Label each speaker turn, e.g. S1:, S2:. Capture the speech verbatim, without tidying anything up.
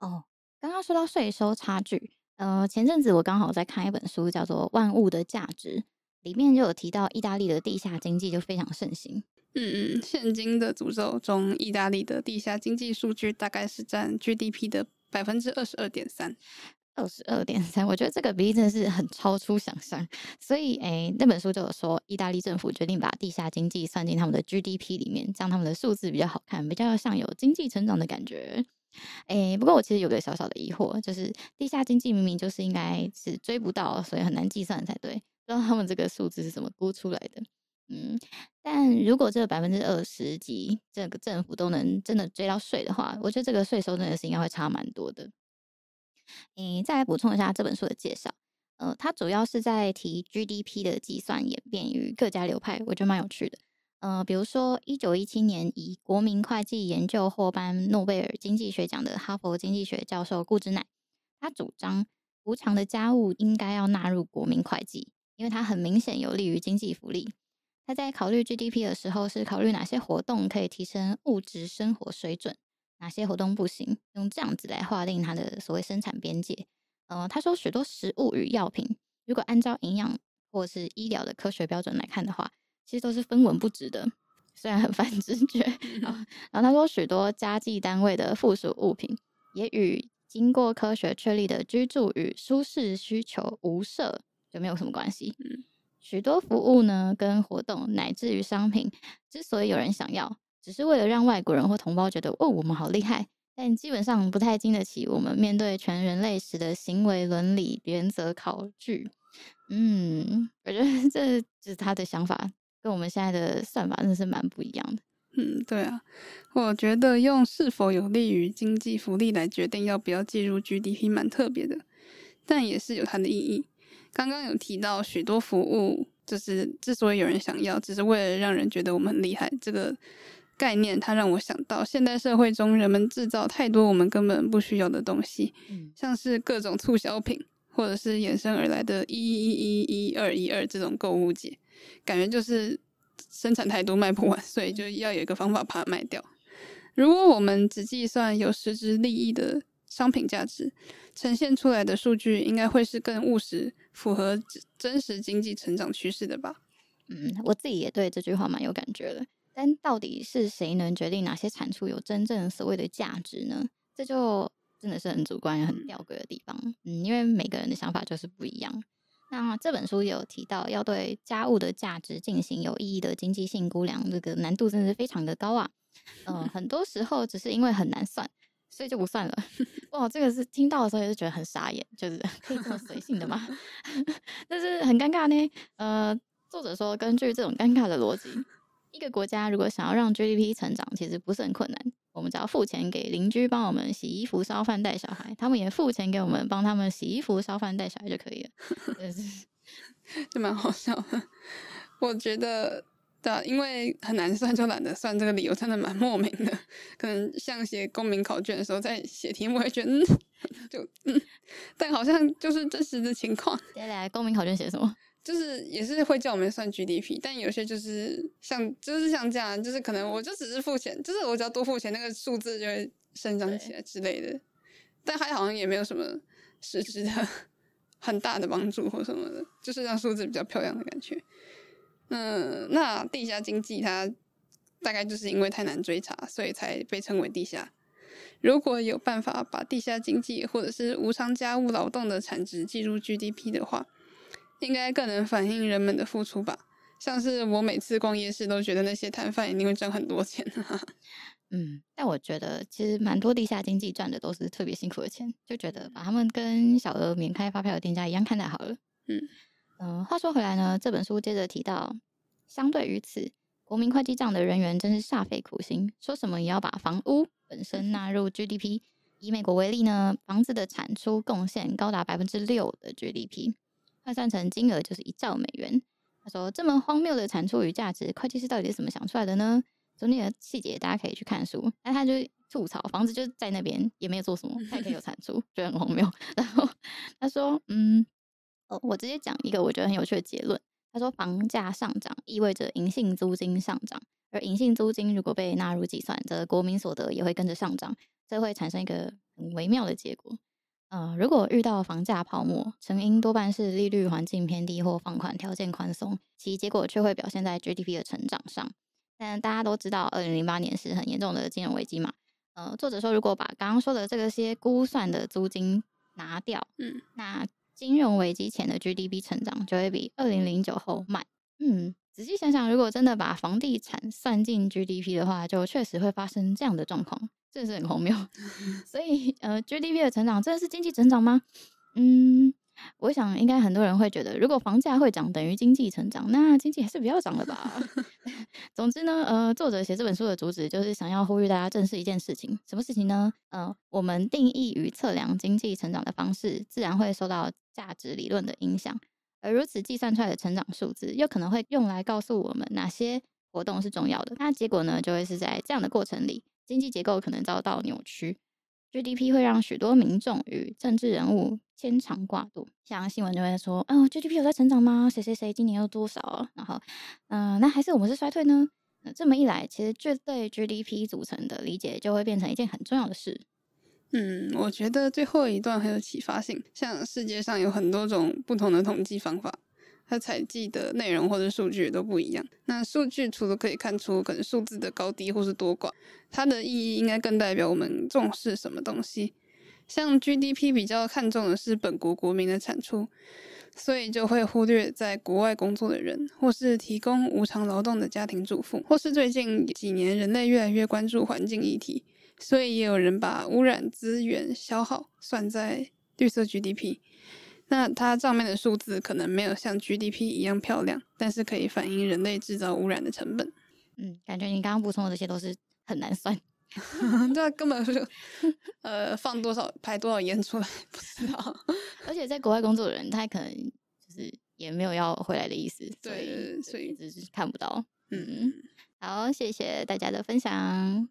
S1: 哦，刚刚说到税收差距，呃，前阵子我刚好在看一本书，叫做《万物的价值》，里面就有提到意大利的地下经济就非常盛行。
S2: 嗯嗯，现今的诅咒中，意大利的地下经济数据大概是占 G D P 的百分之二十二点三。
S1: 二十二点三，我觉得这个比例真的是很超出想象。所以，诶，那本书就有说，意大利政府决定把地下经济算进他们的 G D P 里面，这样他们的数字比较好看，比较像有经济成长的感觉。诶，不过我其实有个小小的疑惑，就是地下经济明明就是应该是追不到，所以很难计算才对，不知道他们这个数字是怎么估出来的。嗯，但如果这百分之二十几，这个政府都能真的追到税的话，我觉得这个税收真的是应该会差蛮多的。诶，再来补充一下这本书的介绍。呃，它主要是在提 G D P 的计算演变与各家流派，我觉得蛮有趣的。呃，比如说，一九一七年以国民会计研究获颁诺贝尔经济学奖的哈佛经济学教授顾之奈，他主张无偿的家务应该要纳入国民会计，因为它很明显有利于经济福利。他在考虑 G D P 的时候，是考虑哪些活动可以提升物质生活水准，哪些活动不行，用这样子来划定它的所谓生产边界。呃，他说许多食物与药品，如果按照营养或是医疗的科学标准来看的话，其实都是分文不值的，虽然很反直觉。啊，然后他说许多家计单位的附属物品，也与经过科学确立的居住与舒适需求无涉，就没有什么关系。
S2: 嗯
S1: 许多服务呢，跟活动乃至于商品，之所以有人想要，只是为了让外国人或同胞觉得哦，我们好厉害，但基本上不太经得起我们面对全人类时的行为伦理原则考据。嗯，我觉得这就是他的想法，跟我们现在的算法真的是蛮不一样的。
S2: 嗯，对啊，我觉得用是否有利于经济福利来决定要不要计入 G D P 蛮特别的，但也是有它的意义。刚刚有提到许多服务，就是之所以有人想要，只是为了让人觉得我们很厉害，这个概念它让我想到现代社会中人们制造太多我们根本不需要的东西，
S1: 嗯
S2: 像是各种促销品，或者是衍生而来的一一一一一二一二这种购物节，感觉就是生产太多卖不完，所以就要有一个方法把它卖掉。如果我们只计算有实质利益的商品价值，呈现出来的数据应该会是更务实、符合真实经济成长趋势的吧？
S1: 嗯，我自己也对这句话蛮有感觉的。但到底是谁能决定哪些产出有真正所谓的价值呢？这就真的是很主观、也很吊诡的地方。嗯，因为每个人的想法就是不一样。那这本书也有提到，要对家务的价值进行有意义的经济性估量，这个难度真的是非常的高啊。嗯、很多时候只是因为很难算，所以就不算了。哇，这个是听到的时候也是觉得很傻眼，就是可以这么随性的吗？但是很尴尬呢。呃，作者说，根据这种尴尬的逻辑，一个国家如果想要让 G D P 成长，其实不是很困难。我们只要付钱给邻居帮我们洗衣服、烧饭、带小孩，他们也付钱给我们帮他们洗衣服、烧饭、带小孩就可以了。真的是，
S2: 就蛮好笑的。我觉得，对啊，因为很难算就懒得算，这个理由真的蛮莫名的。可能像写公民考卷的时候，在写题目会觉得，嗯，就嗯，但好像就是真实的情况。
S1: 接下来公民考卷写什么？
S2: 就是也是会叫我们算 G D P，但有些就是像就是像这样，就是可能我就只是付钱，就是我只要多付钱，那个数字就会生长起来之类的。但它好像也没有什么实质的很大的帮助或什么的，就是让数字比较漂亮的感觉。嗯，那地下经济它大概就是因为太难追查，所以才被称为地下。如果有办法把地下经济或者是无偿家务劳动的产值计入 G D P 的话，应该更能反映人们的付出吧。像是我每次逛夜市都觉得那些摊贩一定会挣很多钱。
S1: 嗯，但我觉得其实蛮多地下经济赚的都是特别辛苦的钱，就觉得把他们跟小额免开发票的店家一样看待好了。
S2: 嗯
S1: 嗯，话说回来呢，这本书接着提到，相对于此，国民会计账的人员真是煞费苦心，说什么也要把房屋本身纳入 G D P。以美国为例呢，房子的产出贡献高达百分之六的 G D P，换算成金额就是一兆美元。他说，这么荒谬的产出与价值，会计师到底是怎么想出来的呢？中间的细节大家可以去看书。但他就吐槽，房子就在那边，也没有做什么，他也可以有产出，觉得很荒谬。然后他说，嗯。哦，我直接讲一个我觉得很有趣的结论， 他说房价上涨意味着隐性租金上涨，而隐性租金如果被纳入计算，则国民所得也会跟着上涨，这会产生一个很微妙的结果。呃，如果遇到房价泡沫，成因多半是利率环境偏低或放款条件宽松，其结果却会表现在 G D P 的成长上。但大家都知道，二零零八年是很严重的金融危机嘛。呃，作者说，如果把刚刚说的这个些估算的租金拿掉，
S2: 嗯，
S1: 那金融危机前的 G D P 成长就会比二零零九后慢。嗯，仔细想想，如果真的把房地产算进 G D P 的话，就确实会发生这样的状况，真的是很荒谬。所以，呃，G D P 的成长真的是经济成长吗？嗯，我想应该很多人会觉得，如果房价会涨等于经济成长，那经济还是不要涨了吧。总之呢，呃，作者写这本书的主旨就是想要呼吁大家正视一件事情，什么事情呢？呃，我们定义与测量经济成长的方式，自然会受到价值理论的影响，而如此计算出来的成长数字，又可能会用来告诉我们哪些活动是重要的。那结果呢，就会是在这样的过程里，经济结构可能遭到扭曲。G D P 会让许多民众与政治人物牵肠挂肚，像新闻就会说，哦 ，G D P 有在成长吗？谁谁谁今年又多少啊？然后，嗯、呃，那还是我们是衰退呢？那这么一来，其实这对 G D P 组成的理解就会变成一件很重要的事。
S2: 嗯，我觉得最后一段很有启发性。像世界上有很多种不同的统计方法，它采集的内容或者数据都不一样。那数据除了可以看出可能数字的高低或是多寡，它的意义应该更代表我们重视什么东西。像 G D P 比较看重的是本国国民的产出，所以就会忽略在国外工作的人，或是提供无偿劳动的家庭主妇，或是最近几年人类越来越关注环境议题，所以也有人把污染资源消耗算在绿色 G D P。那它上面的数字可能没有像 G D P 一样漂亮，但是可以反映人类制造污染的成本。
S1: 嗯，感觉你刚刚补充的这些都是很难算。
S2: 对啊，根本就呃放多少排多少烟出来，不知道。
S1: 而且在国外工作的人，他可能就是也没有要回来的意思，
S2: 对，所以
S1: 只是看不到。
S2: 嗯。
S1: 嗯，好，谢谢大家的分享。